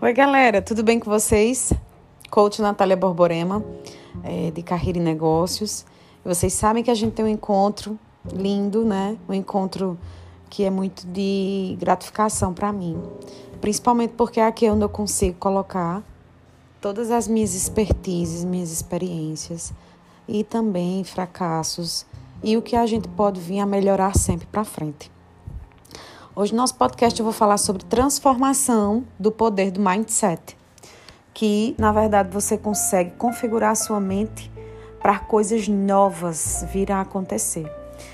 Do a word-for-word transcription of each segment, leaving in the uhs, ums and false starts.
Oi, galera, tudo bem com vocês? Coach Natália Borborema, é, de Carreira e Negócios. Vocês sabem que a gente tem um encontro lindo, né? Um encontro que é muito de gratificação para mim. Principalmente porque é aqui onde eu consigo colocar todas as minhas expertises, minhas experiências e também fracassos e o que a gente pode vir a melhorar sempre para frente. Hoje no nosso podcast eu vou falar sobre transformação do poder do mindset, que na verdade você consegue configurar a sua mente para coisas novas vir a acontecer.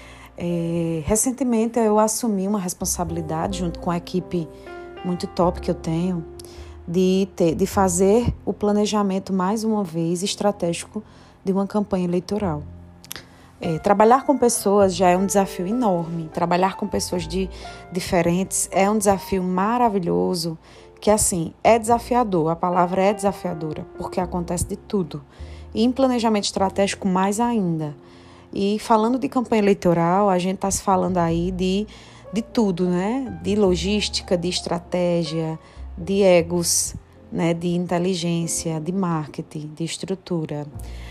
É, recentemente eu assumi uma responsabilidade junto com a equipe muito top que eu tenho de, ter, de fazer o planejamento mais uma vez estratégico de uma campanha eleitoral. É, trabalhar com pessoas já é um desafio enorme. Trabalhar com pessoas de, diferentes é um desafio maravilhoso, que assim, é desafiador, a palavra é desafiadora, porque acontece de tudo. E em planejamento estratégico mais ainda. E falando de campanha eleitoral, a gente está se falando aí de, de tudo, né? De logística, de estratégia, de egos, né? De inteligência, de marketing, de estrutura,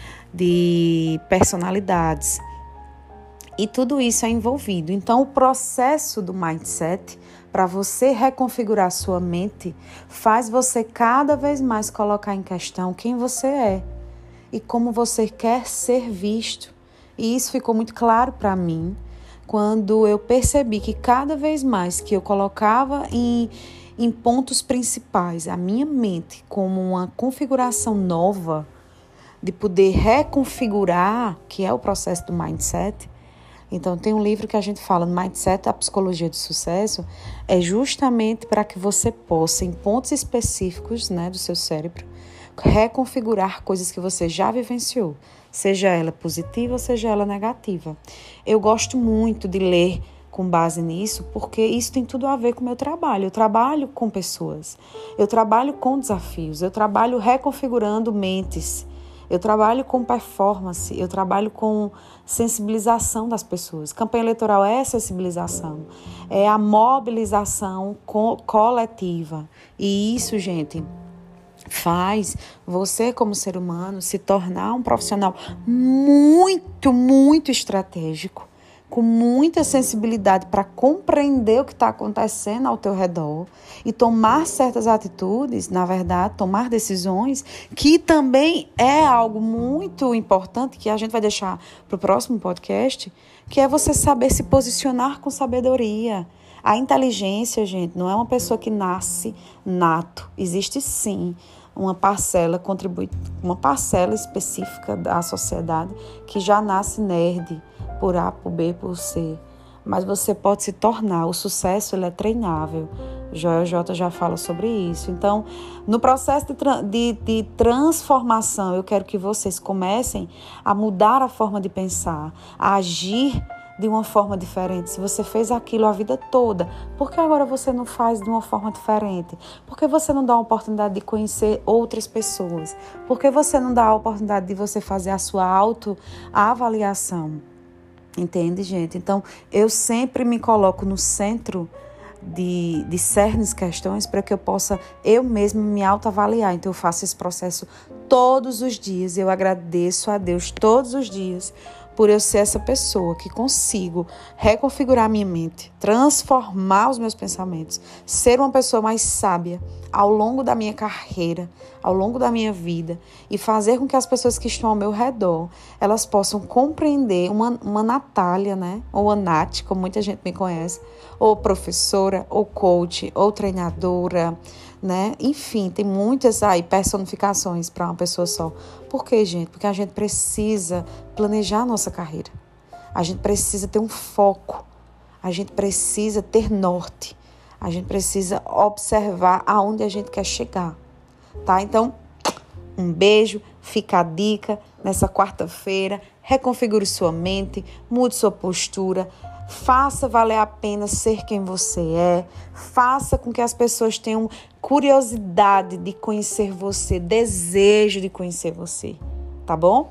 de personalidades, e tudo isso é envolvido. Então, o processo do mindset, para você reconfigurar sua mente, faz você cada vez mais colocar em questão quem você é e como você quer ser visto. E isso ficou muito claro para mim quando eu percebi que cada vez mais que eu colocava em, em pontos principais a minha mente como uma configuração nova, de poder reconfigurar, que é o processo do mindset. Então, tem um livro que a gente fala, Mindset, a Psicologia do Sucesso, é justamente para que você possa, em pontos específicos, né, do seu cérebro, reconfigurar coisas que você já vivenciou, seja ela positiva ou seja ela negativa. Eu gosto muito de ler com base nisso, porque isso tem tudo a ver com o meu trabalho. Eu trabalho com pessoas, eu trabalho com desafios, eu trabalho reconfigurando mentes, eu trabalho com performance, eu trabalho com sensibilização das pessoas. Campanha eleitoral é sensibilização, é a mobilização co- coletiva. E isso, gente, faz você, como ser humano, se tornar um profissional muito, muito estratégico, com muita sensibilidade para compreender o que está acontecendo ao teu redor e tomar certas atitudes, na verdade, tomar decisões, que também é algo muito importante, que a gente vai deixar para o próximo podcast, que é você saber se posicionar com sabedoria. A inteligência, gente, não é uma pessoa que nasce nato. Existe sim uma parcela, contribui, uma parcela específica da sociedade que já nasce nerd, por A, por B, por C. Mas você pode se tornar. O sucesso, ele é treinável. Joel J já fala sobre isso. Então, no processo de, de, de transformação, eu quero que vocês comecem a mudar a forma de pensar, a agir de uma forma diferente. Se você fez aquilo a vida toda, por que agora você não faz de uma forma diferente? Por que você não dá a oportunidade de conhecer outras pessoas? Por que você não dá a oportunidade de você fazer a sua autoavaliação? Entende, gente? Então, eu sempre me coloco no centro de, de certas questões para que eu possa, eu mesma, me autoavaliar. Então, eu faço esse processo todos os dias. Eu agradeço a Deus todos os dias por eu ser essa pessoa que consigo reconfigurar a minha mente, transformar os meus pensamentos, ser uma pessoa mais sábia ao longo da minha carreira, ao longo da minha vida, e fazer com que as pessoas que estão ao meu redor, elas possam compreender uma, uma Natália, né? Ou a Nath, como muita gente me conhece, ou professora, ou coach, ou treinadora, né? Enfim, tem muitas aí personificações para uma pessoa só. Por quê, gente? Porque a gente precisa planejar a nossa carreira. A gente precisa ter um foco. A gente precisa ter norte. A gente precisa observar aonde a gente quer chegar, tá? Então, um beijo, fica a dica nessa quarta-feira. Reconfigure sua mente, mude sua postura. Faça valer a pena ser quem você é. Faça com que as pessoas tenham curiosidade de conhecer você, desejo de conhecer você, tá bom?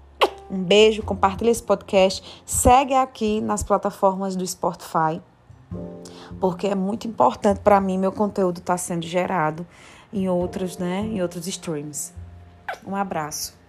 Um beijo, compartilha esse podcast, segue aqui nas plataformas do Spotify, porque é muito importante para mim, meu conteúdo está sendo gerado em outros, né, em outros streams. Um abraço.